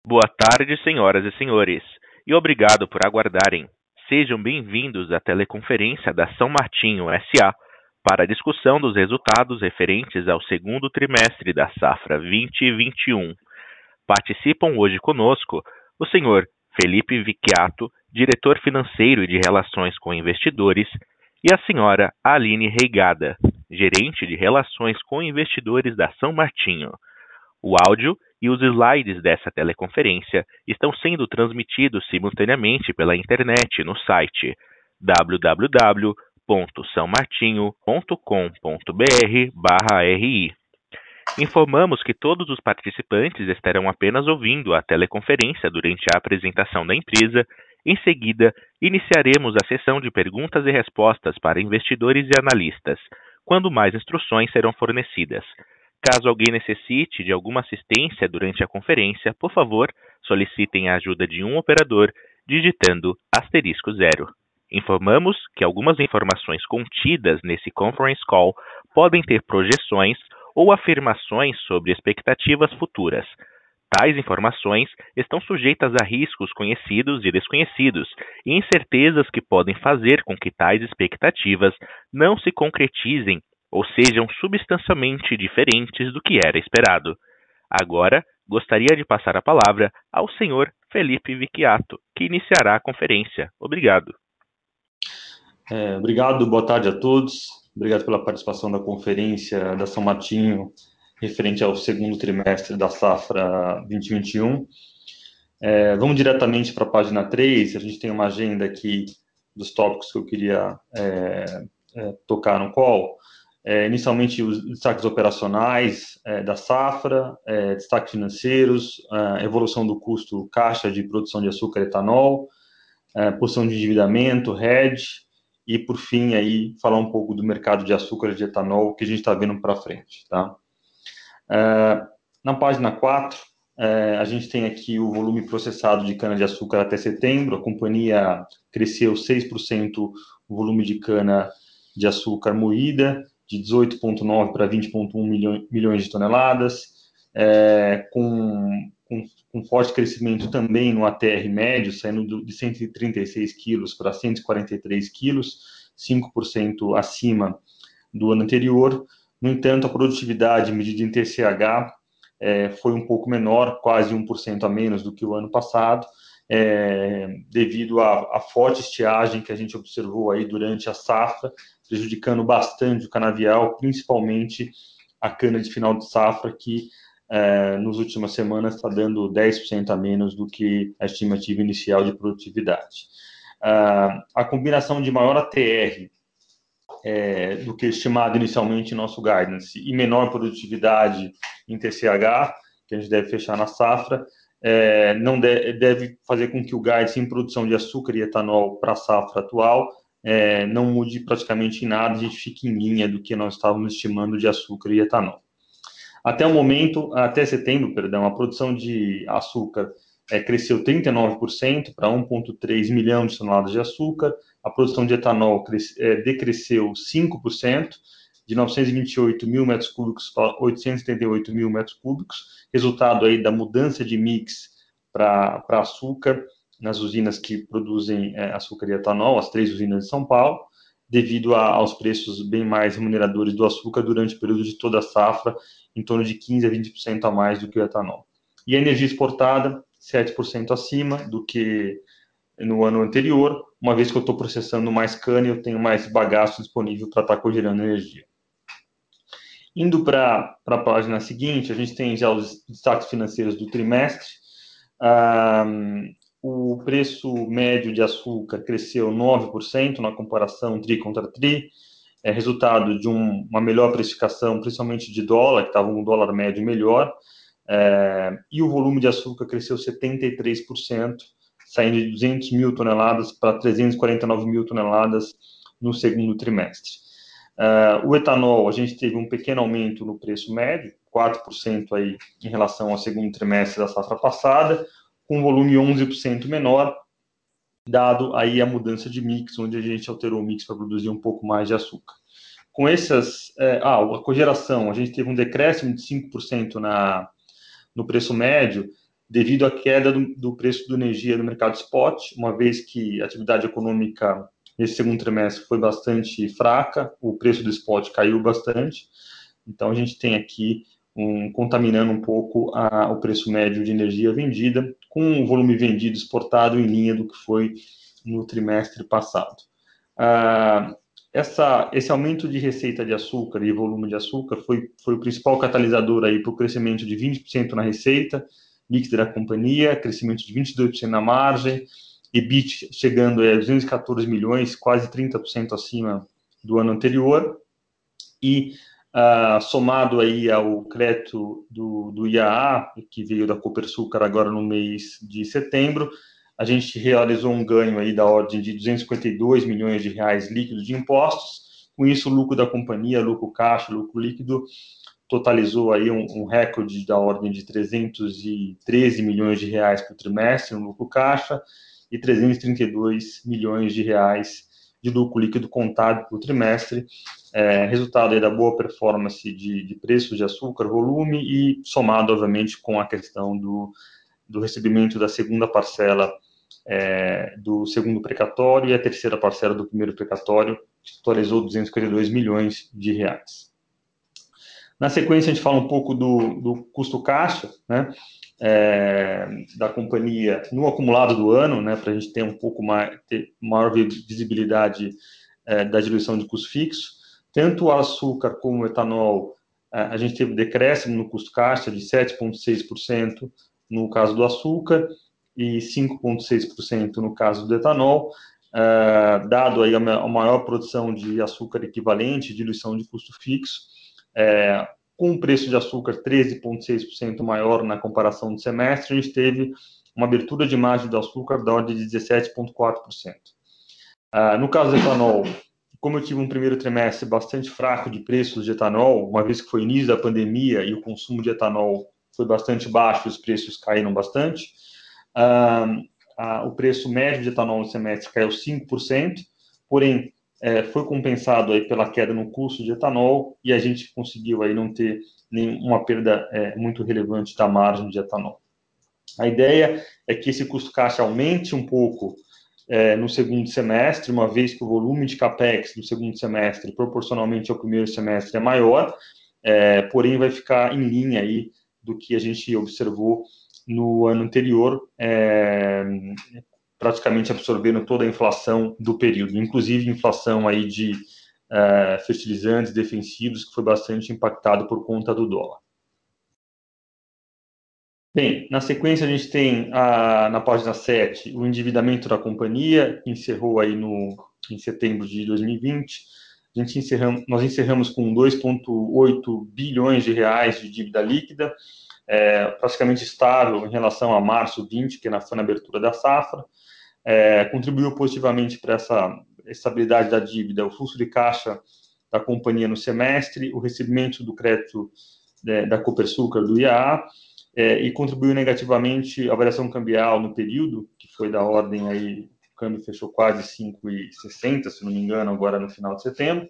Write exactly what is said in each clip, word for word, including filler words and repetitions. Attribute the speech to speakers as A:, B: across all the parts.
A: Boa tarde, senhoras e senhores, e obrigado por aguardarem. Sejam bem-vindos à teleconferência da São Martinho S A para a discussão dos resultados referentes ao segundo trimestre da safra vinte e vinte e um. Participam hoje conosco o senhor Felipe Vicchiato, diretor financeiro e de Relações com Investidores, e a senhora Aline Reigada, gerente de Relações com Investidores da São Martinho. O áudio e os slides dessa teleconferência estão sendo transmitidos simultaneamente pela internet no site w w w ponto são martinho ponto com ponto b r barra r i. Informamos que todos os participantes estarão apenas ouvindo a teleconferência durante a apresentação da empresa. Em seguida, iniciaremos a sessão de perguntas e respostas para investidores e analistas, quando mais instruções serão fornecidas. Caso alguém necessite de alguma assistência durante a conferência, por favor, solicitem a ajuda de um operador digitando asterisco zero. Informamos que algumas informações contidas nesse conference call podem ter projeções ou afirmações sobre expectativas futuras. Tais informações estão sujeitas a riscos conhecidos e desconhecidos e incertezas que podem fazer com que tais expectativas não se concretizem ou sejam substancialmente diferentes do que era esperado. Agora, gostaria de passar a palavra ao senhor Felipe Vicchiato, que iniciará a conferência. Obrigado.
B: É, obrigado, boa tarde a todos. Obrigado pela participação da conferência da São Martinho referente ao segundo trimestre da safra vinte e vinte e um. É, vamos diretamente para a página três. A gente tem uma agenda aqui dos tópicos que eu queria é, é, tocar no call. É, inicialmente, os destaques operacionais é, da safra, é, destaques financeiros, a evolução do custo caixa de produção de açúcar e etanol, é, posição de endividamento, hedge, e, por fim, aí, falar um pouco do mercado de açúcar e de etanol que a gente está vendo para frente. Tá? É, na página quatro, é, a gente tem aqui o volume processado de cana-de-açúcar até setembro. A companhia cresceu seis por cento o volume de cana-de-açúcar moída, de dezoito vírgula nove para vinte vírgula um milhões de toneladas, é, com, com, com forte crescimento também no A T R médio, saindo de cento e trinta e seis quilos para cento e quarenta e três quilos, cinco por cento acima do ano anterior. No entanto, a produtividade medida em T C H é, foi um pouco menor, quase um por cento a menos do que o ano passado, é, devido à, à forte estiagem que a gente observou aí durante a safra, prejudicando bastante o canavial, principalmente a cana de final de safra, que é, nas últimas semanas está dando dez por cento a menos do que a estimativa inicial de produtividade. Ah, a combinação de maior A T R é, do que estimado inicialmente em nosso guidance e menor produtividade em T C H, que a gente deve fechar na safra, é, não de, deve fazer com que o guidance em produção de açúcar e etanol para a safra atual é, não mude praticamente em nada, a gente fique em linha do que nós estávamos estimando de açúcar e etanol. Até o momento, até setembro, perdão, a produção de açúcar é, cresceu trinta e nove por cento para um vírgula três milhão de toneladas de açúcar, a produção de etanol cresce, é, decresceu cinco por cento, de novecentos e vinte e oito mil metros cúbicos para oitocentos e setenta e oito mil metros cúbicos, resultado aí da mudança de mix para açúcar nas usinas que produzem é, açúcar e etanol, as três usinas de São Paulo, devido a, aos preços bem mais remuneradores do açúcar durante o período de toda a safra, em torno de quinze a vinte por cento a mais do que o etanol. E a energia exportada, sete por cento acima do que no ano anterior, uma vez que eu estou processando mais cana e eu tenho mais bagaço disponível para estar cogerando energia. Indo para a página seguinte, a gente tem já os destaques financeiros do trimestre. Um, o preço médio de açúcar cresceu nove por cento na comparação tri contra tri, é resultado de um, uma melhor precificação, principalmente de dólar, que estava um dólar médio melhor, é, e o volume de açúcar cresceu setenta e três por cento, saindo de duzentas mil toneladas para trezentas e quarenta e nove mil toneladas no segundo trimestre. Uh, o etanol, a gente teve um pequeno aumento no preço médio, quatro por cento aí em relação ao segundo trimestre da safra passada, com um volume onze por cento menor, dado aí a mudança de mix, onde a gente alterou o mix para produzir um pouco mais de açúcar. Com essas, é, ah, a cogeração, a gente teve um decréscimo de cinco por cento na, no preço médio, devido à queda do, do preço da energia no mercado spot, uma vez que a atividade econômica nesse segundo trimestre foi bastante fraca, o preço do spot caiu bastante, então a gente tem aqui um, contaminando um pouco a, o preço médio de energia vendida, com o volume vendido exportado em linha do que foi no trimestre passado. Ah, essa, esse aumento de receita de açúcar e volume de açúcar foi, foi o principal catalisador aí para o crescimento de vinte por cento na receita líquida da companhia, crescimento de vinte e dois por cento na margem, E B I T chegando a duzentos e quatorze milhões, quase trinta por cento acima do ano anterior, e uh, somado aí ao crédito do, do I A A, que veio da Copersucar agora no mês de setembro, a gente realizou um ganho aí da ordem de duzentos e cinquenta e dois milhões de reais líquidos de impostos. Com isso, o lucro da companhia, lucro caixa, lucro líquido, totalizou aí um, um recorde da ordem de trezentos e treze milhões de reais por trimestre no lucro caixa e trezentos e trinta e dois milhões de reais de lucro líquido contábil por trimestre, é, resultado aí da boa performance de, de preços de açúcar, volume e somado, obviamente, com a questão do, do recebimento da segunda parcela é, do segundo precatório e a terceira parcela do primeiro precatório, que totalizou duzentos e cinquenta e dois milhões de reais. Na sequência, a gente fala um pouco do, do custo caixa, né, é, da companhia no acumulado do ano, né, para a gente ter um pouco mais, ter maior visibilidade é, da diluição de custo fixo. Tanto o açúcar como o etanol, é, a gente teve decréscimo no custo caixa de sete vírgula seis por cento no caso do açúcar e cinco vírgula seis por cento no caso do etanol, é, dado aí a maior produção de açúcar equivalente, diluição de custo fixo, É, com o preço de açúcar treze vírgula seis por cento maior na comparação do semestre, a gente teve uma abertura de margem do açúcar da ordem de dezessete vírgula quatro por cento. Ah, no caso do etanol, como eu tive um primeiro trimestre bastante fraco de preços de etanol, uma vez que foi início da pandemia e o consumo de etanol foi bastante baixo, os preços caíram bastante, ah, ah, o preço médio de etanol no semestre caiu cinco por cento, porém, É, foi compensado aí pela queda no custo de etanol e a gente conseguiu aí não ter nenhuma perda é, muito relevante da margem de etanol. A ideia é que esse custo caixa aumente um pouco é, no segundo semestre, uma vez que o volume de capex do segundo semestre, proporcionalmente ao primeiro semestre, é maior, é, porém vai ficar em linha aí do que a gente observou no ano anterior, é, praticamente absorvendo toda a inflação do período, inclusive inflação aí de uh, fertilizantes defensivos, que foi bastante impactado por conta do dólar. Bem, na sequência a gente tem a, na página sete o endividamento da companhia, que encerrou aí no, em setembro de dois mil e vinte. A gente encerramos, nós encerramos com dois vírgula oito bilhões de reais de dívida líquida, é, praticamente estável em relação a março vinte, que foi na abertura da safra. É, contribuiu positivamente para essa estabilidade da dívida, o fluxo de caixa da companhia no semestre, o recebimento do crédito é, da Copersucar, do I A A, é, e contribuiu negativamente a variação cambial no período, que foi da ordem aí, o câmbio fechou quase cinco reais e sessenta, se não me engano, agora no final de setembro,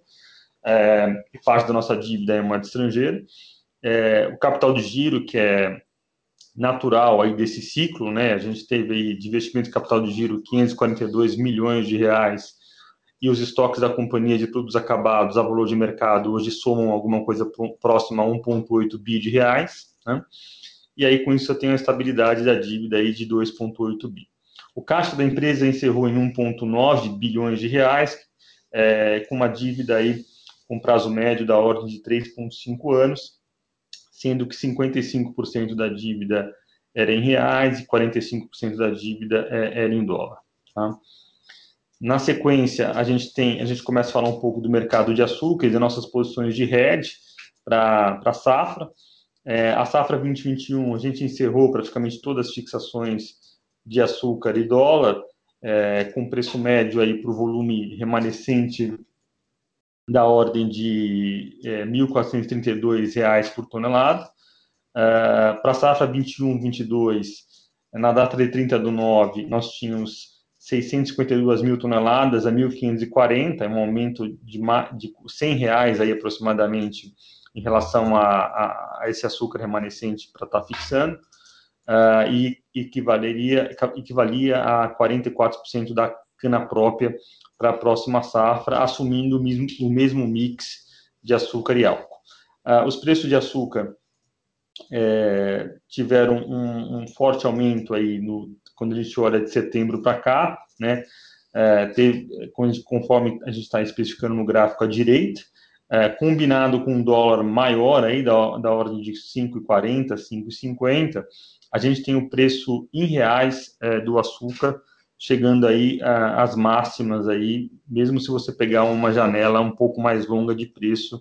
B: é, e parte da nossa dívida é moeda estrangeira. É, o capital de giro, que é natural aí desse ciclo, né? A gente teve aí de investimento de capital de giro quinhentos e quarenta e dois milhões de reais e os estoques da companhia de produtos acabados a valor de mercado hoje somam alguma coisa próxima a um vírgula oito bi de reais, né? E aí com isso eu tenho a estabilidade da dívida aí de dois vírgula oito bi. O caixa da empresa encerrou em um vírgula nove bilhões de reais, é, com uma dívida aí com prazo médio da ordem de três vírgula cinco anos, sendo que cinquenta e cinco por cento da dívida era em reais e quarenta e cinco por cento da dívida era em dólar. Tá? Na sequência, a gente tem, a gente começa a falar um pouco do mercado de açúcar e das nossas posições de hedge para a safra. É, a safra vinte e vinte e um, a gente encerrou praticamente todas as fixações de açúcar e dólar, é, com preço médio aí para o volume remanescente da ordem de é, mil quatrocentos e trinta e dois reais por tonelada. Uh, para a safra vinte e um, vinte e dois, na data de trinta do nove, nós tínhamos seiscentos e cinquenta e duas mil toneladas a mil quinhentos e quarenta, um aumento de, de cem reais aí aproximadamente em relação a, a, a esse açúcar remanescente para estar tá fixando. uh, e equivaleria, equivalia a quarenta e quatro por cento da cana própria para a próxima safra, assumindo o mesmo, o mesmo mix de açúcar e álcool. Uh, os preços de açúcar é, tiveram um, um forte aumento aí no, quando a gente olha de setembro para cá, né? É, teve, conforme a gente está especificando no gráfico à direita, é, combinado com um dólar maior aí da, da ordem de cinco e quarenta, cinco e cinquenta, a gente tem o preço em reais é, do açúcar chegando aí às máximas aí, mesmo se você pegar uma janela um pouco mais longa de preço,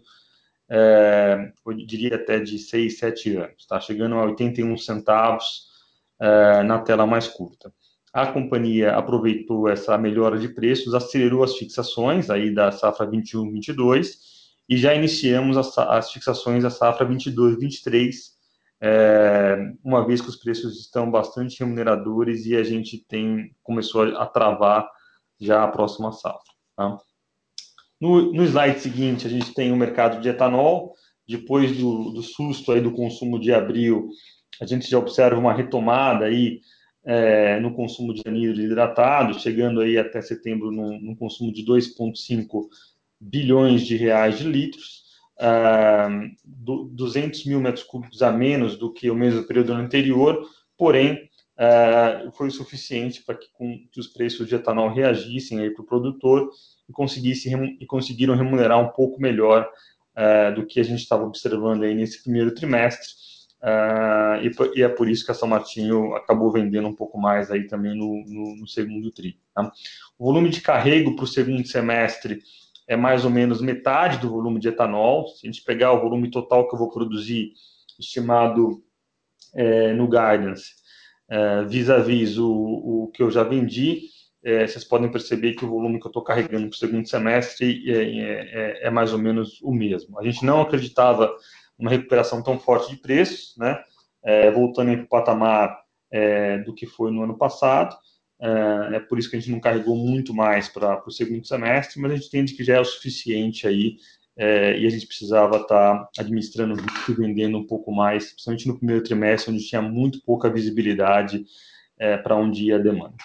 B: é, eu diria até de seis, sete anos, está chegando a oitenta e um centavos é, na tela mais curta. A companhia aproveitou essa melhora de preços, acelerou as fixações aí da safra vinte e um, vinte e dois e já iniciamos as, as fixações da safra vinte e dois, vinte e três, é, uma vez que os preços estão bastante remuneradores e a gente tem começou a travar já a próxima safra. Tá? No, no slide seguinte, a gente tem o mercado de etanol. Depois do, do susto aí do consumo de abril, a gente já observa uma retomada aí é, no consumo de anidro hidratado, chegando aí até setembro num, num consumo de dois vírgula cinco bilhões de reais de litros, ah, do, duzentos mil metros cúbicos a menos do que o mesmo período anterior, porém, ah, foi o suficiente para que, com, que os preços de etanol reagissem aí para o produtor e, conseguisse, e conseguiram remunerar um pouco melhor uh, do que a gente estava observando aí nesse primeiro trimestre, uh, e, e é por isso que a São Martinho acabou vendendo um pouco mais aí também no, no, no segundo tri. Tá? O volume de carrego para o segundo semestre é mais ou menos metade do volume de etanol. Se a gente pegar o volume total que eu vou produzir, estimado é, no guidance, é, vis-à-vis o, o que eu já vendi, É, vocês podem perceber que o volume que eu estou carregando para o segundo semestre é, é, é, mais ou menos o mesmo. A gente não acreditava numa recuperação tão forte de preços, né? É, voltando para o patamar é, do que foi no ano passado. É, é por isso que a gente não carregou muito mais para o segundo semestre, mas a gente entende que já é o suficiente aí é, e a gente precisava estar tá administrando e vendendo um pouco mais, principalmente no primeiro trimestre, onde tinha muito pouca visibilidade é, para onde ia a demanda.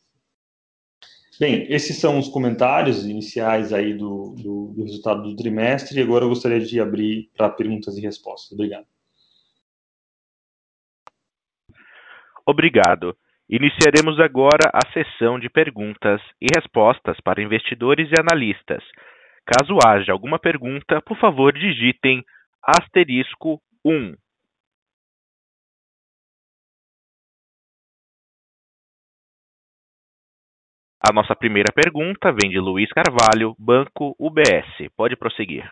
B: Bem, esses são os comentários iniciais aí do, do, do resultado do trimestre, e agora eu gostaria de abrir para perguntas e respostas. Obrigado.
A: Obrigado. Iniciaremos agora a sessão de perguntas e respostas para investidores e analistas. Caso haja alguma pergunta, por favor, digitem asterisco um. A nossa primeira pergunta vem de Luiz Carvalho, Banco U B S. Pode prosseguir.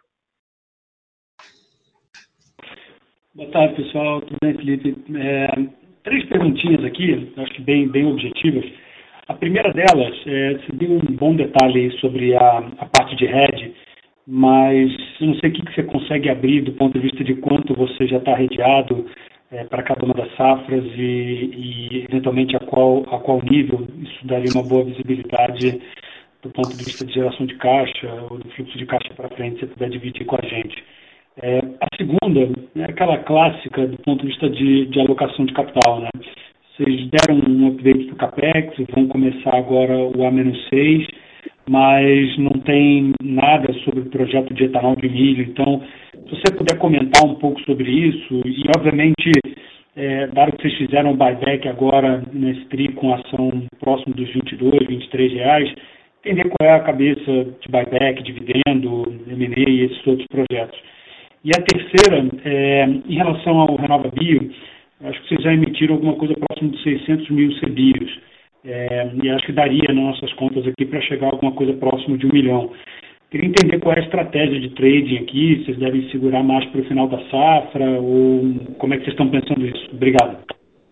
C: Boa tarde, pessoal. Tudo bem, Felipe? É, três perguntinhas aqui, acho que bem, bem objetivas. A primeira delas, é, você deu um bom detalhe sobre a, a parte de hedge, mas eu não sei o que, que você consegue abrir do ponto de vista de quanto você já está redeado é, para cada uma das safras e, e eventualmente, a qual, a qual nível isso daria uma boa visibilidade do ponto de vista de geração de caixa ou do fluxo de caixa para frente, se você puder dividir com a gente. É, a segunda é aquela clássica do ponto de vista de, de alocação de capital, né? Vocês deram um update do CAPEX, vão começar agora o A seis, mas não tem nada sobre o projeto de etanol de milho. Então, se você puder comentar um pouco sobre isso, e obviamente, é, dado que vocês fizeram o buyback agora nesse tri com ação próximo dos vinte e dois, vinte e três reais, entender qual é a cabeça de buyback, dividendo, M and A e esses outros projetos. E a terceira, é, em relação ao Renova Bio, acho que vocês já emitiram alguma coisa próximo de seiscentos mil C B I Os. É, e acho que daria nas nossas contas aqui para chegar a alguma coisa próximo de um milhão. Queria entender qual é a estratégia de trading aqui, vocês devem segurar mais para o final da safra, ou como é que vocês estão pensando isso? Obrigado.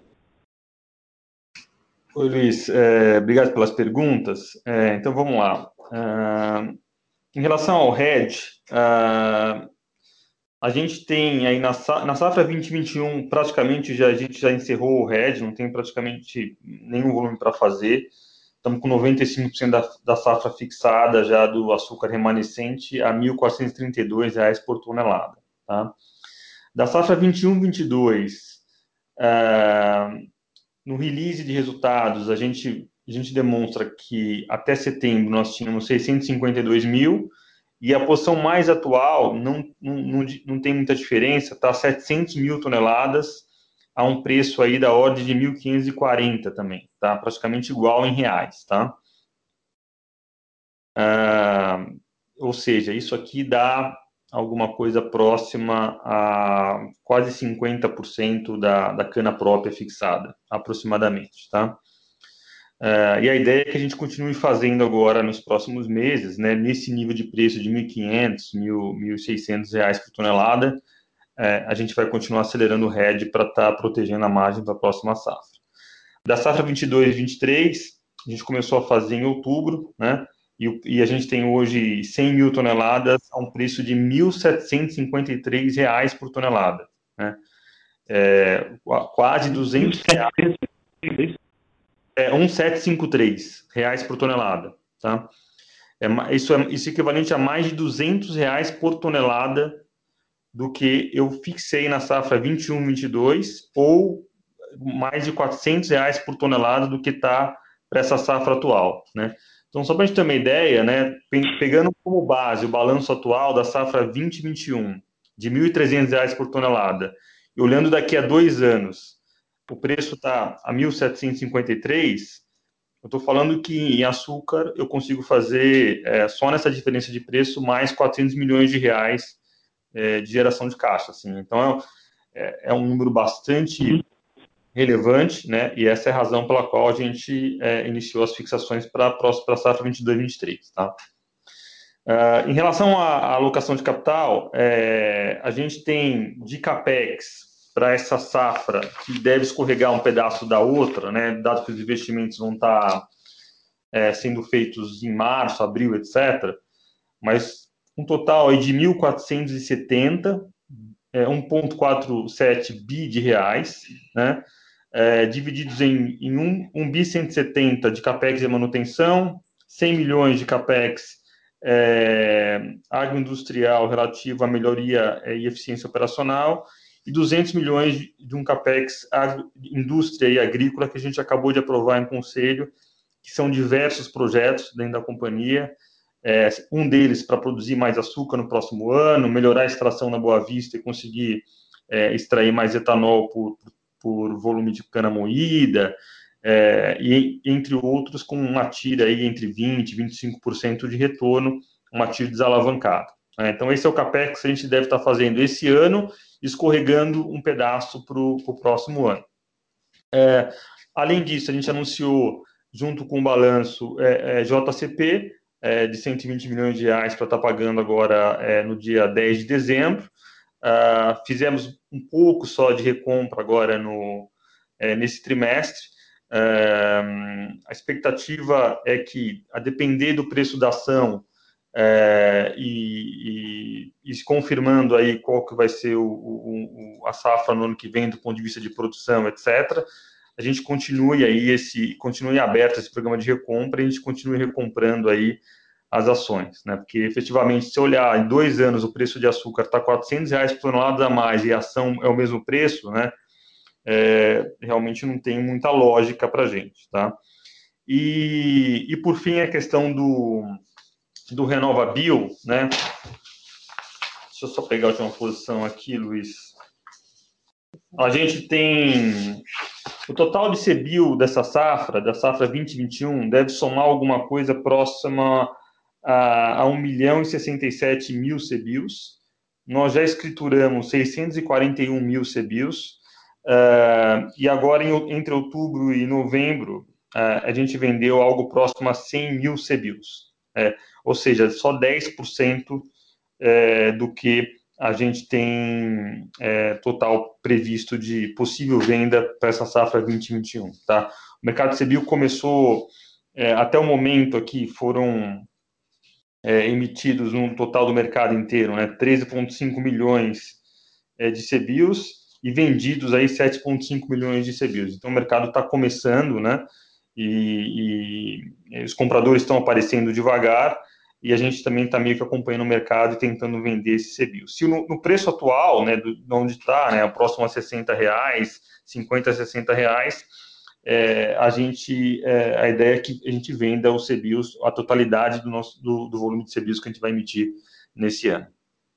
B: Oi, Luiz. É, obrigado pelas perguntas. É, então, vamos lá. Uh, em relação ao hedge, uh, a gente tem aí na, na safra vinte e vinte e um, praticamente já, a gente já encerrou o hedge, não tem praticamente nenhum volume para fazer. Estamos com noventa e cinco por cento da, da safra fixada já do açúcar remanescente a mil quatrocentos e trinta e dois reais por tonelada. Tá? Da safra vinte e um, vinte e dois, Uh, no release de resultados, a gente, a gente demonstra que até setembro nós tínhamos seiscentos e cinquenta e dois mil, e a posição mais atual não, não, não, não tem muita diferença, está setecentos mil toneladas, a um preço aí da ordem de mil quinhentos e quarenta também, tá? Praticamente igual em reais, tá? Uh, ou seja, isso aqui dá alguma coisa próxima a quase cinquenta por cento da, da cana própria fixada, aproximadamente, tá? Uh, e a ideia é que a gente continue fazendo agora nos próximos meses, né, nesse nível de preço de mil e quinhentos, mil e seiscentos reais por tonelada, uh, a gente vai continuar acelerando o hedge para estar tá protegendo a margem da próxima safra. Da safra vinte e dois e vinte e três, a gente começou a fazer em outubro, né, e, e a gente tem hoje cem mil toneladas a um preço de mil setecentos e cinquenta e três reais por tonelada, né, é, quase duzentos reais. É, mil setecentos e cinquenta e três reais por tonelada, tá? É, isso, é, isso é equivalente a mais de duzentos reais por tonelada do que eu fixei na safra vinte e um, vinte e dois, ou mais de quatrocentos reais por tonelada do que está para essa safra atual, né? Então, só para a gente ter uma ideia, né, pegando como base o balanço atual da safra vinte e vinte e um, de mil e trezentos reais por tonelada, e olhando daqui a dois anos, o preço está a mil setecentos e cinquenta e três, eu estou falando que em açúcar eu consigo fazer, é, só nessa diferença de preço, mais quatrocentos milhões de reais é, de geração de caixa. Assim. Então, é, é um número bastante relevante, né? E essa é a razão pela qual a gente é, iniciou as fixações para a safra vinte e dois, vinte e três. Tá? Uh, em relação à alocação de capital, é, a gente tem de CAPEX para essa safra, que deve escorregar um pedaço da outra, né, dado que os investimentos vão estar é, sendo feitos em março, abril, etcétera. Mas um total aí de mil quatrocentos e setenta, é, um vírgula quarenta e sete bi de reais, né, é, divididos em, em um, um bi cento e setenta de CAPEX e manutenção, cem milhões de CAPEX é, agroindustrial relativo à melhoria e eficiência operacional, e duzentos milhões de um CAPEX agro, indústria e agrícola que a gente acabou de aprovar em conselho, que são diversos projetos dentro da companhia, é, um deles para produzir mais açúcar no próximo ano, melhorar a extração na Boa Vista e conseguir é, extrair mais etanol por, por volume de cana moída, é, e entre outros com uma tira aí entre vinte por cento e vinte e cinco por cento de retorno, uma tira desalavancada. Né? Então esse é o CAPEX que a gente deve estar fazendo esse ano, escorregando um pedaço para o próximo ano. É, além disso, a gente anunciou, junto com o balanço, é, é, J C P, é, de cento e vinte milhões de reais para estar pagando agora é, no dia dez de dezembro. Uh, fizemos um pouco só de recompra agora no, é, nesse trimestre. Uh, a expectativa é que, a depender do preço da ação é, e, e, e se confirmando aí qual que vai ser o, o, a safra no ano que vem do ponto de vista de produção, etcétera, a gente continue aí esse, continue aberto esse programa de recompra e a gente continue recomprando aí as ações, né? Porque efetivamente, se olhar em dois anos o preço de açúcar está quatrocentos reais por tonelada a mais e a ação é o mesmo preço, né? É, realmente não tem muita lógica para a gente, tá? E, e por fim a questão do do RenovaBio, né? Deixa eu só pegar a última posição aqui, Luiz. A gente tem o total de C B I O dessa safra, da safra vinte e vinte e um, deve somar alguma coisa próxima a, a um milhão e sessenta e sete mil C B I Os. Nós já escrituramos seiscentos e quarenta e um mil C B I Os. Uh, e agora, em, entre outubro e novembro, uh, a gente vendeu algo próximo a cem mil C B I Os. É, ou seja, só dez por cento é, do que a gente tem é, total previsto de possível venda para essa safra vinte e vinte e um. Tá? O mercado de C B I O começou, é, até o momento aqui, foram é, emitidos no total do mercado inteiro, né, treze vírgula cinco milhões é, de C B I Os e vendidos aí sete vírgula cinco milhões de C B I Os. Então o mercado está começando, né? E, e, e os compradores estão aparecendo devagar, e a gente também está meio que acompanhando o mercado e tentando vender esse C B I O. Se no, no preço atual, né, do, de onde está, né, próximo a sessenta reais, cinquenta, sessenta reais, é, a gente, é, a ideia é que a gente venda os C B I Os, a totalidade do, nosso, do, do volume de C B I Os que a gente vai emitir nesse ano.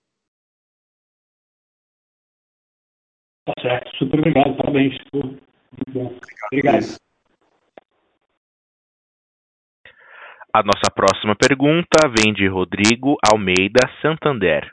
C: Tá certo, super obrigado, parabéns. Muito bom. Obrigado.
A: A nossa próxima pergunta vem de Rodrigo Almeida, Santander.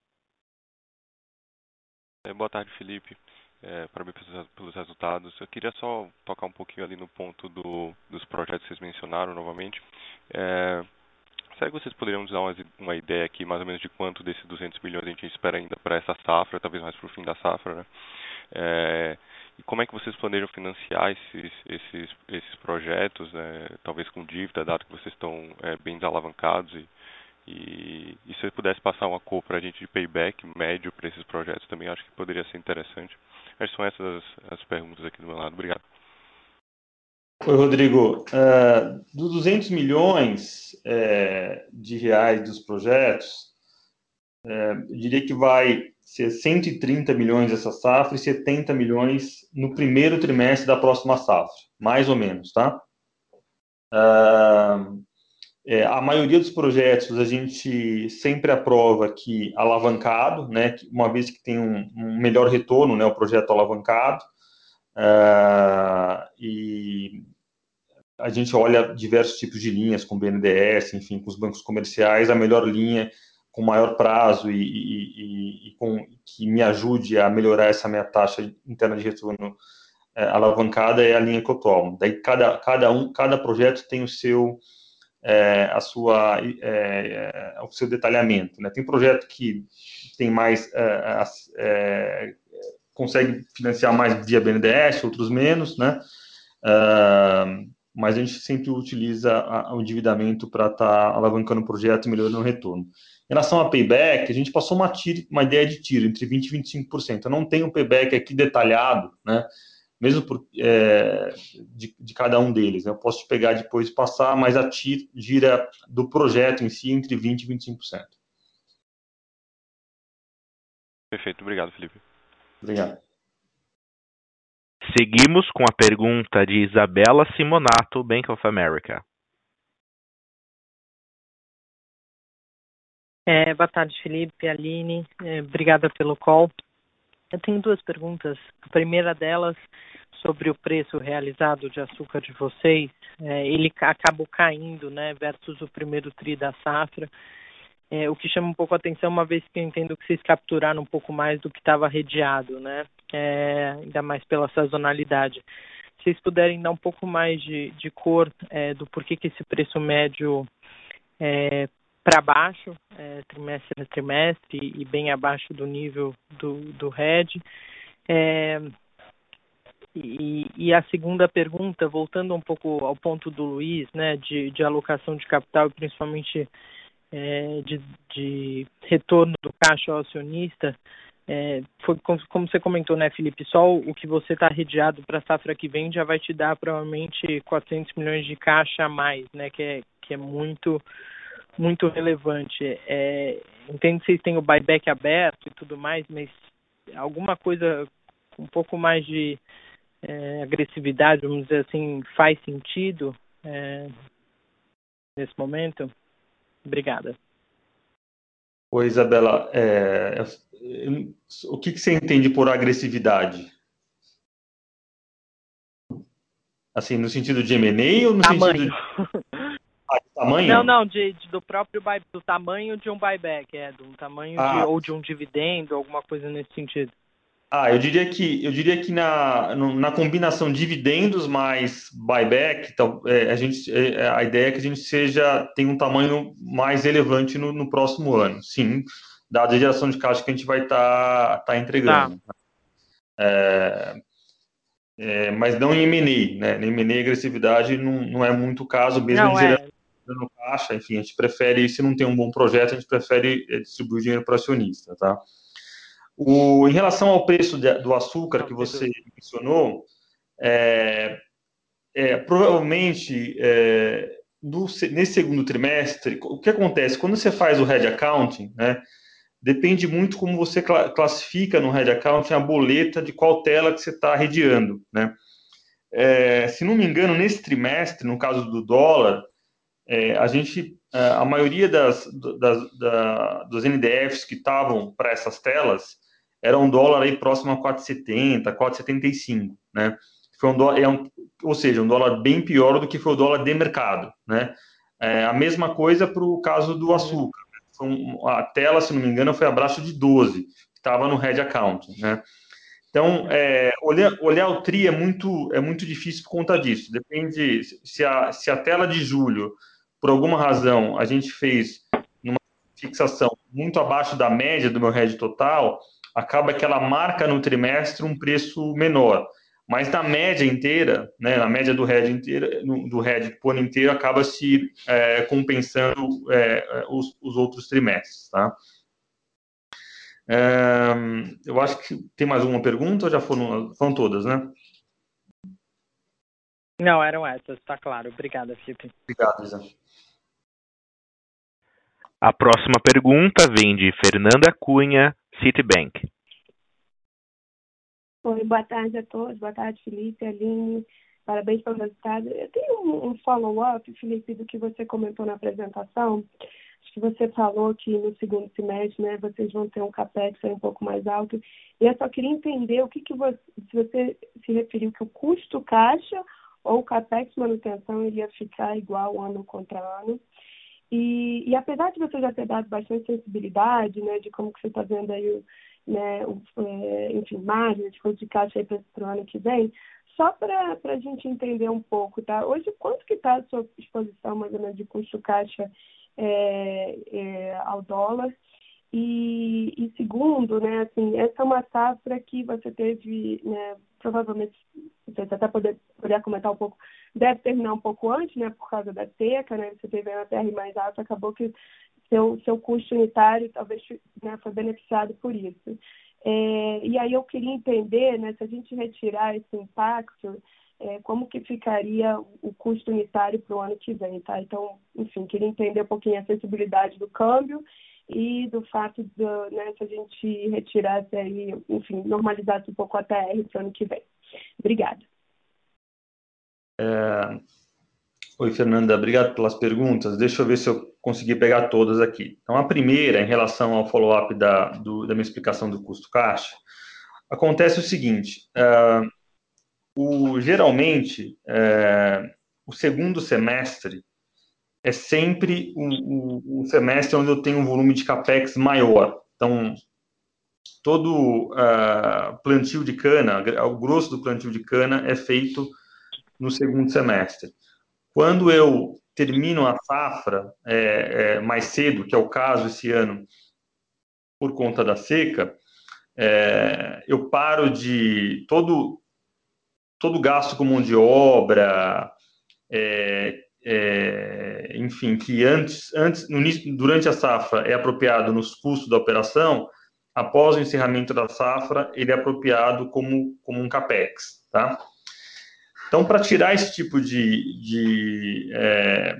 D: É, boa tarde, Felipe. É, parabéns pelos, pelos resultados. Eu queria só tocar um pouquinho ali no ponto do, dos projetos que vocês mencionaram novamente. É, será que vocês poderiam nos dar uma, uma ideia aqui, mais ou menos, de quanto desses duzentos milhões a gente espera ainda para essa safra, talvez mais para o fim da safra, né? É, e como é que vocês planejam financiar esses, esses, esses projetos, né? Talvez com dívida, dado que vocês estão é, bem desalavancados, e, e, e se você pudesse passar uma cor para a gente de payback médio para esses projetos, também acho que poderia ser interessante. Acho que são essas as, as perguntas aqui do meu lado. Obrigado.
B: Oi, Rodrigo. Uh, dos duzentos milhões é, de reais dos projetos, é, eu diria que vai ser cento e trinta milhões essa safra e setenta milhões no primeiro trimestre da próxima safra, mais ou menos, tá? Uh, é, a maioria dos projetos a gente sempre aprova que alavancado, né? Uma vez que tem um, um melhor retorno, né? O projeto alavancado. Uh, e a gente olha diversos tipos de linhas, com B N D E S, enfim, com os bancos comerciais, a melhor linha com maior prazo e, e, e, e com, que me ajude a melhorar essa minha taxa interna de retorno é, alavancada é a linha que eu tomo. Daí cada, cada, um, cada projeto tem o seu, é, a sua, é, o seu detalhamento, né? Tem projeto que tem mais, é, é, consegue financiar mais via B N D E S, outros menos, né? Uh, mas a gente sempre utiliza a, o endividamento para estar tá alavancando o projeto e melhorando o retorno. Em relação a payback, a gente passou uma, tiro, uma ideia de tiro entre vinte por cento e vinte e cinco por cento. Eu não tenho um payback aqui detalhado, né? Mesmo por, é, de, de cada um deles. Né? Eu posso te pegar depois e passar, mas a tiro, gira do projeto em si entre vinte por cento e vinte e cinco por cento.
D: Perfeito, obrigado, Felipe.
B: Obrigado.
A: Seguimos com a pergunta de Isabela Simonato, Bank of America.
E: É, boa tarde, Felipe, Aline. É, obrigada pelo call. Eu tenho duas perguntas. A primeira delas, sobre o preço realizado de açúcar de vocês. É, ele acabou caindo, né, versus o primeiro tri da safra. É, o que chama um pouco a atenção, uma vez que eu entendo que vocês capturaram um pouco mais do que estava redeado, né? É, ainda mais pela sazonalidade. Se vocês puderem dar um pouco mais de, de cor é, do porquê que esse preço médio é para baixo, é, trimestre a trimestre, e, e bem abaixo do nível do, do R E D. É, e, e a segunda pergunta, voltando um pouco ao ponto do Luiz, né, de, de alocação de capital, principalmente É, de, de retorno do caixa ao acionista, é, foi como, como você comentou, né, Felipe, só o que você está redeado para a safra que vem já vai te dar provavelmente quatrocentos milhões de caixa a mais, né, que é, que é muito, muito relevante. É, entendo que vocês têm o buyback aberto e tudo mais, mas alguma coisa com um pouco mais de é, agressividade, vamos dizer assim, faz sentido é, nesse momento? Obrigada.
B: Oi, Isabela. É, o que, que você entende por agressividade? Assim, no sentido de M and A ou no
E: tamanho.
B: sentido de, ah, de tamanho?
E: Não, não, de, de, do próprio buy, do tamanho de um buyback, é, do tamanho
B: ah.
E: de, ou de um dividendo, alguma coisa nesse sentido.
B: Ah, eu diria que eu diria que na, na combinação dividendos mais buyback, então, é, a gente é, a ideia é que a gente seja tem um tamanho mais relevante no, no próximo ano, sim, dada a geração de caixa que a gente vai estar tá, tá entregando. Tá. É, é, mas não em M and A, né? Em M and A, agressividade não, não é muito o caso, mesmo
E: não,
B: gerando
E: é.
B: caixa, enfim, a gente prefere, se não tem um bom projeto, a gente prefere distribuir dinheiro para o acionista, tá? O, em relação ao preço de, do açúcar não, que você mencionou, é, é, provavelmente é, do, nesse segundo trimestre, o que acontece? Quando você faz o hedge accounting, né, depende muito como você classifica no hedge accounting a boleta de qual tela que você está redeando, né? É, se não me engano, nesse trimestre, no caso do dólar, é, a gente, a maioria das, das, da, dos N D Fs que estavam para essas telas era um dólar aí próximo a quatro vírgula setenta, quatro vírgula setenta e cinco, né? Foi um dólar, é um, ou seja, um dólar bem pior do que foi o dólar de mercado, né? É, a mesma coisa para o caso do açúcar. Foi um, a tela, se não me engano, foi abaixo de doze, que estava no hedge account, né? Então, é, olhar, olhar o tri é muito, é muito difícil por conta disso. Depende se a, se a tela de julho, por alguma razão, a gente fez uma fixação muito abaixo da média do meu hedge total, acaba que ela marca no trimestre um preço menor. Mas na média inteira, né, na média do hedge inteiro, do hedge do ano inteiro, acaba se é, compensando é, os, os outros trimestres, tá? É, eu acho que tem mais uma pergunta ou já foram, foram todas, né?
E: Não, eram essas, tá claro. Obrigada, Felipe.
B: Obrigado, Isa.
A: A próxima pergunta vem de Fernanda Cunha, Citibank.
F: Oi, boa tarde a todos. Boa tarde, Felipe, Aline. Parabéns pelo resultado. Eu tenho um, um follow-up, Felipe, do que você comentou na apresentação. Acho que você falou que no segundo semestre, né, vocês vão ter um capex aí um pouco mais alto. E eu só queria entender o que, que você, se você se referiu que o custo caixa ou o capex manutenção iria ficar igual ano contra ano. E, e apesar de você já ter dado bastante sensibilidade, né, de como que você está vendo aí o Né, o, é, enfim, margem de fluxo de caixa aí para o ano que vem, só para a gente entender um pouco, tá? Hoje, quanto que está a sua exposição, mais ou menos, de custo caixa é, é, ao dólar? E, e segundo, né, assim, essa é uma safra que você teve, né, provavelmente, você até poder, poder comentar um pouco, deve terminar um pouco antes, né, por causa da seca, né, você teve a T R mais alta, acabou que seu, seu custo unitário talvez, né, foi beneficiado por isso. É, e aí eu queria entender, né, se a gente retirar esse impacto, é, como que ficaria o custo unitário para o ano que vem, tá? Então, enfim, queria entender um pouquinho a sensibilidade do câmbio e do fato de, né, se a gente retirasse aí, enfim, normalizasse um pouco a T R para o ano que vem. Obrigada.
B: É... Oi, Fernanda, obrigado pelas perguntas. Deixa eu ver se eu consegui pegar todas aqui. Então, a primeira, em relação ao follow-up da, do, da minha explicação do custo caixa, acontece o seguinte, uh, o, geralmente, uh, o segundo semestre é sempre um, um, um semestre onde eu tenho um volume de capex maior. Então, todo uh, plantio de cana, o grosso do plantio de cana é feito no segundo semestre. Quando eu termino a safra é, é, mais cedo, que é o caso esse ano, por conta da seca, é, eu paro de todo todo gasto com mão de obra, é, é, enfim, que antes, antes no, durante a safra é apropriado nos custos da operação, após o encerramento da safra, ele é apropriado como, como um capex, tá? Então, para tirar esse tipo de, de é,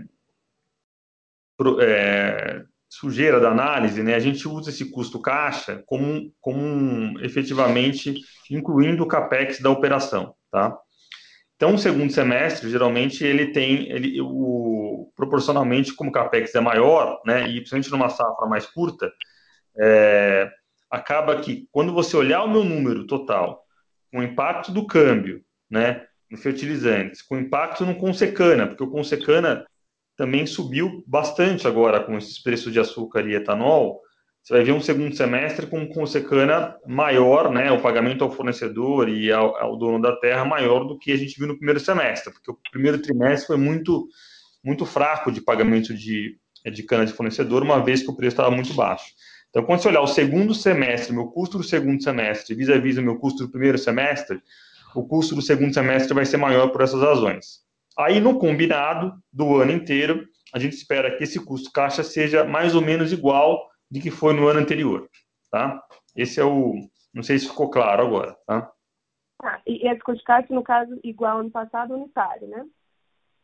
B: pro, é, sujeira da análise, né, a gente usa esse custo caixa como, como um, efetivamente incluindo o capex da operação, tá? Então, o segundo semestre, geralmente, ele tem, ele, o, proporcionalmente, como o capex é maior, né, e principalmente numa safra mais curta, é, acaba que, quando você olhar o meu número total, com o impacto do câmbio, né, no fertilizantes, com impacto no Consecana, porque o Consecana também subiu bastante agora com esses preços de açúcar e etanol, você vai ver um segundo semestre com Consecana maior, né, o pagamento ao fornecedor e ao, ao dono da terra maior do que a gente viu no primeiro semestre, porque o primeiro trimestre foi muito, muito fraco de pagamento de, de cana de fornecedor, uma vez que o preço estava muito baixo. Então, quando você olhar o segundo semestre, meu custo do segundo semestre, vis-à-vis o meu custo do primeiro semestre, o custo do segundo semestre vai ser maior por essas razões. Aí, no combinado do ano inteiro, a gente espera que esse custo caixa seja mais ou menos igual de que foi no ano anterior, tá? Esse é o... Não sei se ficou claro agora, tá?
F: Ah, e esse custo caixa, no caso, igual ao ano passado, unitário, né?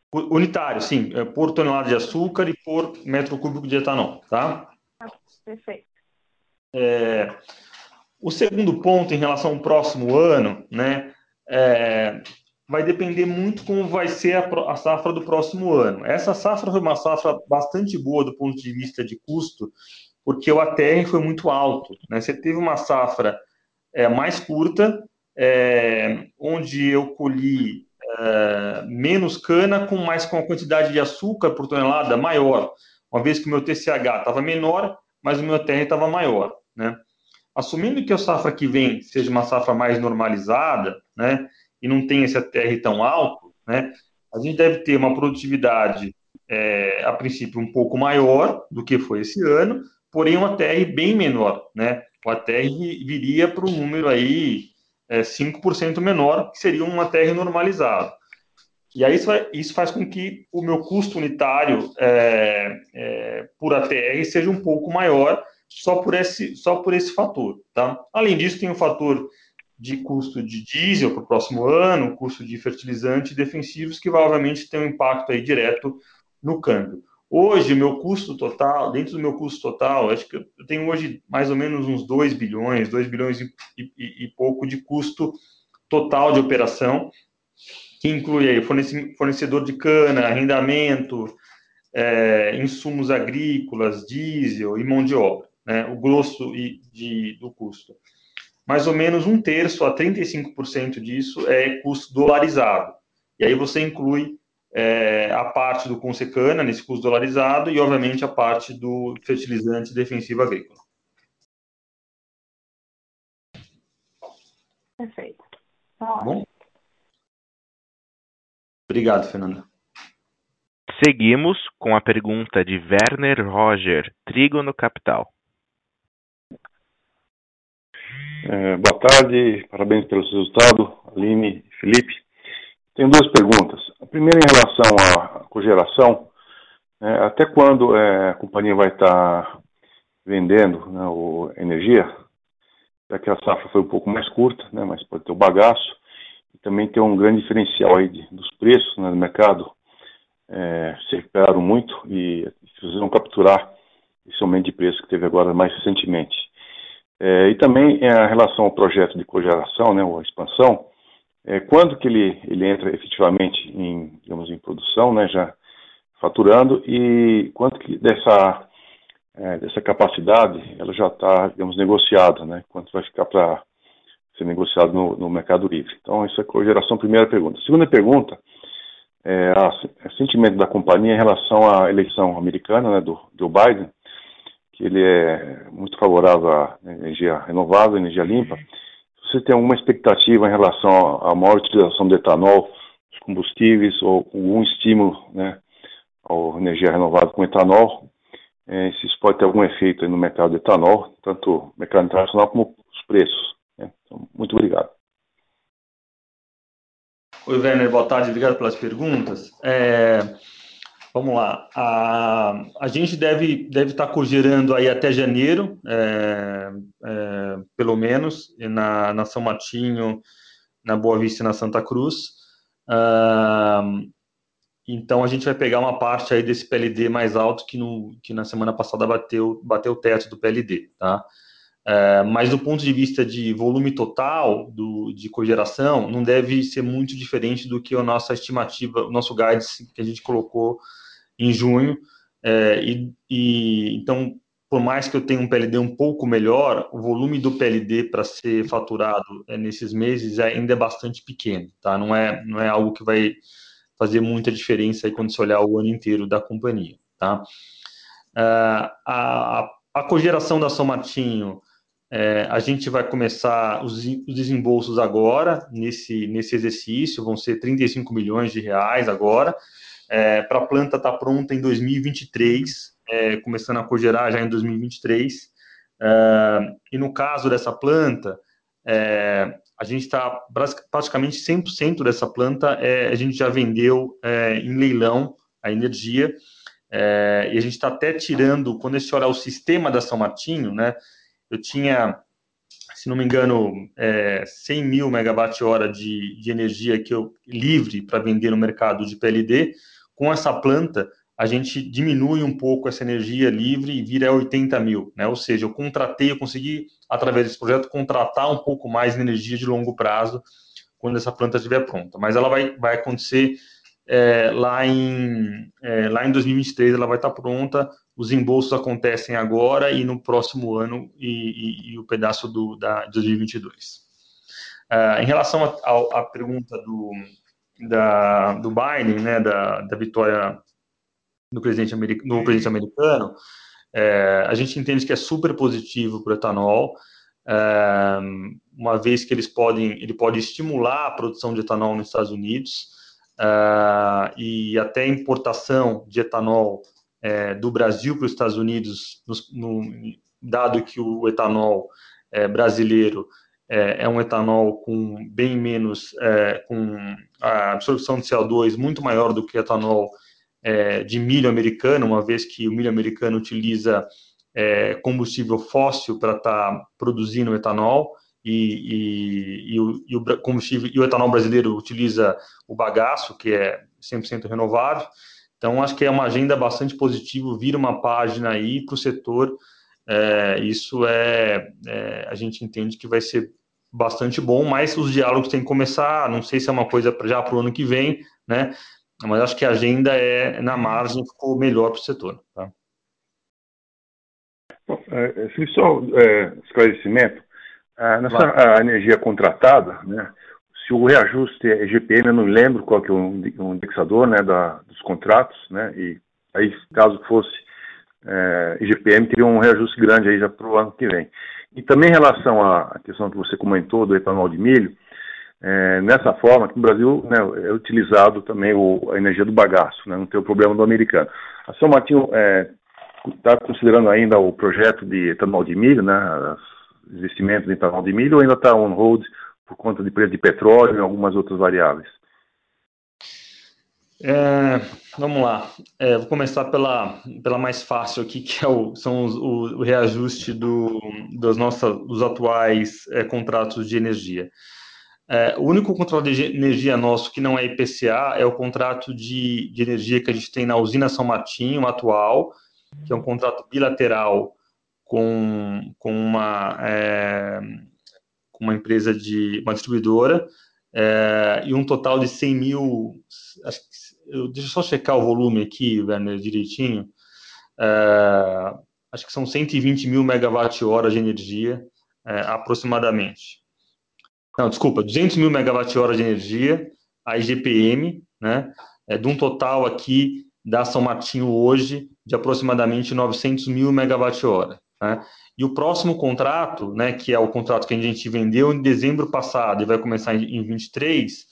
B: Unitário, sim, é, por tonelada de açúcar e por metro cúbico de etanol, tá?
F: Perfeito.
B: É, o segundo ponto em relação ao próximo ano, né, é, vai depender muito como vai ser a, a safra do próximo ano. Essa safra foi uma safra bastante boa do ponto de vista de custo, porque o A T R foi muito alto, né? Você teve uma safra é, mais curta, é, onde eu colhi é, menos cana, com mais com a quantidade de açúcar por tonelada maior, uma vez que o meu T C H estava menor, mas o meu A T R estava maior, né? Assumindo que a safra que vem seja uma safra mais normalizada, né, e não tenha esse A T R tão alto, né, a gente deve ter uma produtividade, é, a princípio, um pouco maior do que foi esse ano, porém um A T R bem menor, né? O A T R viria para um número aí é, cinco por cento menor, que seria um A T R normalizado. E aí isso, vai, isso faz com que o meu custo unitário é, é, por A T R seja um pouco maior, só por esse, só por esse fator. Tá? Além disso, tem o fator de custo de diesel para o próximo ano, custo de fertilizantes defensivos, que vai, obviamente, ter um impacto aí direto no câmbio. Hoje, o meu custo total, dentro do meu custo total, acho que eu tenho hoje mais ou menos uns dois bilhões, dois bilhões e, e, e pouco de custo total de operação, que inclui aí fornecedor de cana, arrendamento, é, insumos agrícolas, diesel e mão de obra, né? O grosso de, do custo. Mais ou menos um terço a trinta e cinco por cento disso é custo dolarizado. E aí você inclui é, a parte do Consecana nesse custo dolarizado e, obviamente, a parte do fertilizante defensivo agrícola.
F: Perfeito.
B: Tá bom? Obrigado, Fernanda.
A: Seguimos com a pergunta de Werner Roger, Trígono Capital.
G: É, boa tarde, parabéns pelo resultado, Aline e Felipe. Tenho duas perguntas. A primeira em relação à cogeração, é, até quando é, a companhia vai estar vendendo, né, o, energia, já que a safra foi um pouco mais curta, né, mas pode ter o bagaço, e também tem um grande diferencial aí de, dos preços, né, no mercado, é, se recuperaram muito e precisam capturar esse aumento de preço que teve agora mais recentemente. É, e também em relação ao projeto de cogeração, né, ou a expansão, é, quando que ele, ele entra efetivamente em, digamos, em produção, né, já faturando, e quanto que dessa, é, dessa capacidade ela já está, digamos, negociada, né, quanto vai ficar para ser negociado no, no mercado livre. Então, essa é a cogeração, primeira pergunta. Segunda pergunta, é o sentimento da companhia em relação à eleição americana, né, do Joe Biden, que ele é muito favorável à energia renovável, energia limpa. Você tem alguma expectativa em relação à maior utilização do etanol, dos combustíveis, ou algum estímulo, né, à energia renovável com etanol? É, se isso pode ter algum efeito no mercado de etanol, tanto no mercado internacional como os preços, né? Então, muito obrigado.
B: Oi, Werner, boa tarde, obrigado pelas perguntas. É, vamos lá, a, a gente deve, deve estar cogerando aí até janeiro, é, é, pelo menos, na, na São Martinho, na Boa Vista e na Santa Cruz. Ah, então, a gente vai pegar uma parte aí desse P L D mais alto que, no, que na semana passada bateu, bateu o teto do P L D, tá? É, mas do ponto de vista de volume total do, de cogeração, não deve ser muito diferente do que a nossa estimativa, o nosso guidance que a gente colocou em junho. É, e, e então, por mais que eu tenha um P L D um pouco melhor, o volume do P L D para ser faturado é, nesses meses ainda é bastante pequeno, tá? Não é, não é algo que vai fazer muita diferença aí quando você olhar o ano inteiro da companhia, tá? É, a, a cogeração da São Martinho, É, a gente vai começar os, os desembolsos agora, nesse, nesse exercício, vão ser trinta e cinco milhões de reais agora, é, para a planta estar tá pronta em dois mil e vinte e três, é, começando a cogerar já em dois mil e vinte e três, é, e no caso dessa planta, é, a gente está praticamente cem por cento dessa planta, é, a gente já vendeu é, em leilão a energia, é, e a gente está até tirando, quando a gente olhar o sistema da São Martinho, né, eu tinha, se não me engano, é, cem mil megawatt-hora de, de energia que eu, livre para vender no mercado de P L D. com essa planta, a gente diminui um pouco essa energia livre e vira oitenta mil, né? Ou seja, eu contratei, eu consegui, através desse projeto, contratar um pouco mais de energia de longo prazo quando essa planta estiver pronta. Mas ela vai, vai acontecer é, lá, em, é, lá em dois mil e vinte e três, ela vai estar pronta, os embolsos acontecem agora e no próximo ano e, e, e o pedaço do, da, de dois mil e vinte e dois. Uh, em relação à pergunta do, da, do Biden, né, da, da vitória do presidente, americ, do presidente americano, é, a gente entende que é super positivo para o etanol, é, uma vez que eles podem, ele pode estimular a produção de etanol nos Estados Unidos, é, e até a importação de etanol é, do Brasil para os Estados Unidos, no, no, dado que o etanol é, brasileiro é, é um etanol com bem menos, é, com a absorção de C O dois muito maior do que o etanol É, de milho americano, uma vez que o milho americano utiliza é, combustível fóssil para estar tá produzindo etanol, e, e, e, o, e, o combustível, e o etanol brasileiro utiliza o bagaço, que é cem por cento renovável. Então, acho que é uma agenda bastante positiva, vira uma página aí para o setor. É, isso é, é, a gente entende que vai ser bastante bom, mas os diálogos têm que começar, não sei se é uma coisa já para o ano que vem, né? Mas acho que a agenda é, na margem, ficou melhor para o setor. Tá?
G: Bom, é, só é, esclarecimento, é, nessa claro. a energia contratada, né, se o reajuste é G P M, eu não lembro qual que é o um indexador, né, da, dos contratos, né, e aí, caso fosse é, G P M, teria um reajuste grande aí já para o ano que vem. E também em relação à questão que você comentou do etanol de milho, É, nessa forma, que no Brasil, né, é utilizado também o, a energia do bagaço, né, não tem o problema do americano. A São Martinho está é, considerando ainda o projeto de etanol de milho, né, os investimentos em etanol de milho, ou ainda está on hold por conta de preço de petróleo e algumas outras variáveis?
B: É, vamos lá, é, vou começar pela, pela mais fácil aqui, que é o, são os, o, o reajuste do, dos, nossos, dos atuais é, contratos de energia. É, o único contrato de energia nosso que não é I P C A é o contrato de, de energia que a gente tem na usina São Martinho, atual, que é um contrato bilateral com, com, uma, é, com uma empresa, de uma distribuidora, é, e um total de cem mil, acho que, eu, deixa eu só checar o volume aqui, Werner, direitinho, é, acho que são cento e vinte mil megawatt-horas de energia, é, aproximadamente. Não, desculpa, duzentos mil megawatt-hora de energia, a I G P M, né, é, de um total aqui da São Martinho hoje de aproximadamente novecentos mil megawatt-hora. Né? E o próximo contrato, né, que é o contrato que a gente vendeu em dezembro passado e vai começar em vinte e três,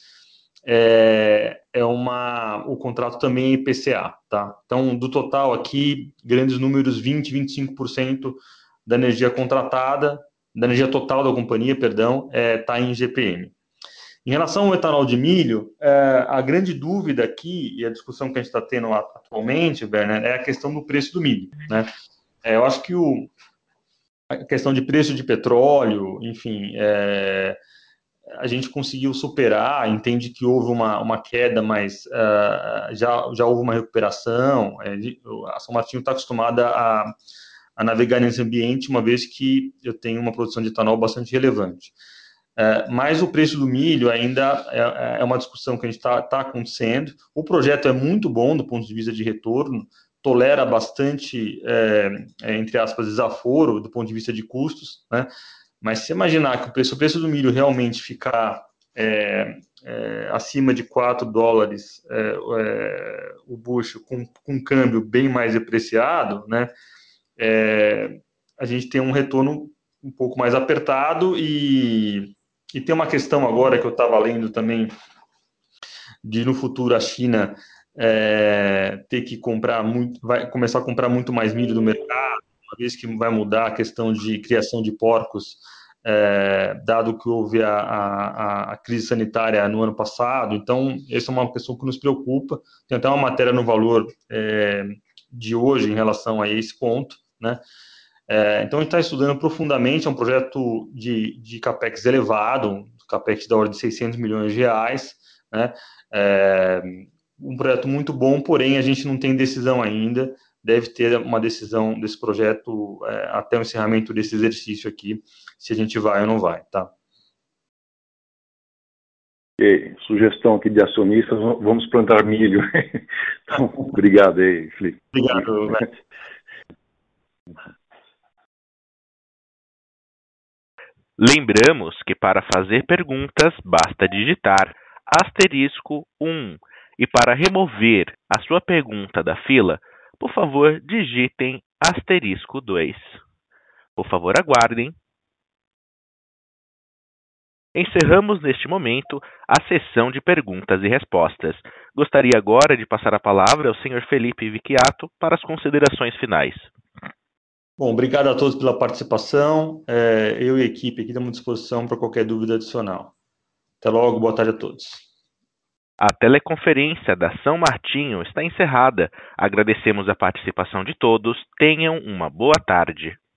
B: é, é uma, o contrato também é I P C A. Tá? Então, do total aqui, grandes números, vinte, vinte e cinco por cento da energia contratada, da energia total da companhia, perdão, está é, tá em G P M. Em relação ao etanol de milho, é, a grande dúvida aqui, e a discussão que a gente está tendo atualmente, Werner, é a questão do preço do milho. Né? É, eu acho que o, a questão de preço de petróleo, enfim, é, a gente conseguiu superar, entende que houve uma, uma queda, mas uh, já, já houve uma recuperação. É, a São Martinho está acostumada a a navegar nesse ambiente, uma vez que eu tenho uma produção de etanol bastante relevante. É, mas o preço do milho ainda é, é uma discussão que a gente está tá acontecendo. O projeto é muito bom do ponto de vista de retorno, tolera bastante, é, é, entre aspas, desaforo do ponto de vista de custos, né? Mas se imaginar que o preço, o preço do milho realmente ficar é, é, acima de quatro dólares é, é, o bucho, com, com um câmbio bem mais depreciado, né? É, a gente tem um retorno um pouco mais apertado e, e tem uma questão agora que eu estava lendo também, de no futuro a China é, ter que comprar muito, vai começar a comprar muito mais milho do mercado, uma vez que vai mudar a questão de criação de porcos, é, dado que houve a, a, a crise sanitária no ano passado. Então, essa é uma questão que nos preocupa. Tem até uma matéria no Valor é, de hoje em relação a esse ponto. Né? É, então, a gente está estudando profundamente, é um projeto de, de capex elevado, um capex da ordem de seiscentos milhões de reais, né? É, um projeto muito bom, porém a gente não tem decisão ainda, deve ter uma decisão desse projeto é, até o encerramento desse exercício aqui, se a gente vai ou não vai, tá?
G: E, sugestão aqui de acionistas, vamos plantar milho. Então, obrigado aí, Felipe.
B: Obrigado.
A: Lembramos que para fazer perguntas basta digitar asterisco um e para remover a sua pergunta da fila, por favor, digitem asterisco dois. Por favor, aguardem. Encerramos neste momento a sessão de perguntas e respostas. Gostaria agora de passar a palavra ao senhor Felipe Vicchiato para as considerações finais.
B: Bom, obrigado a todos pela participação. É, eu e a equipe aqui estamos à disposição para qualquer dúvida adicional. Até logo, boa tarde a todos.
A: A teleconferência da São Martinho está encerrada. Agradecemos a participação de todos. Tenham uma boa tarde.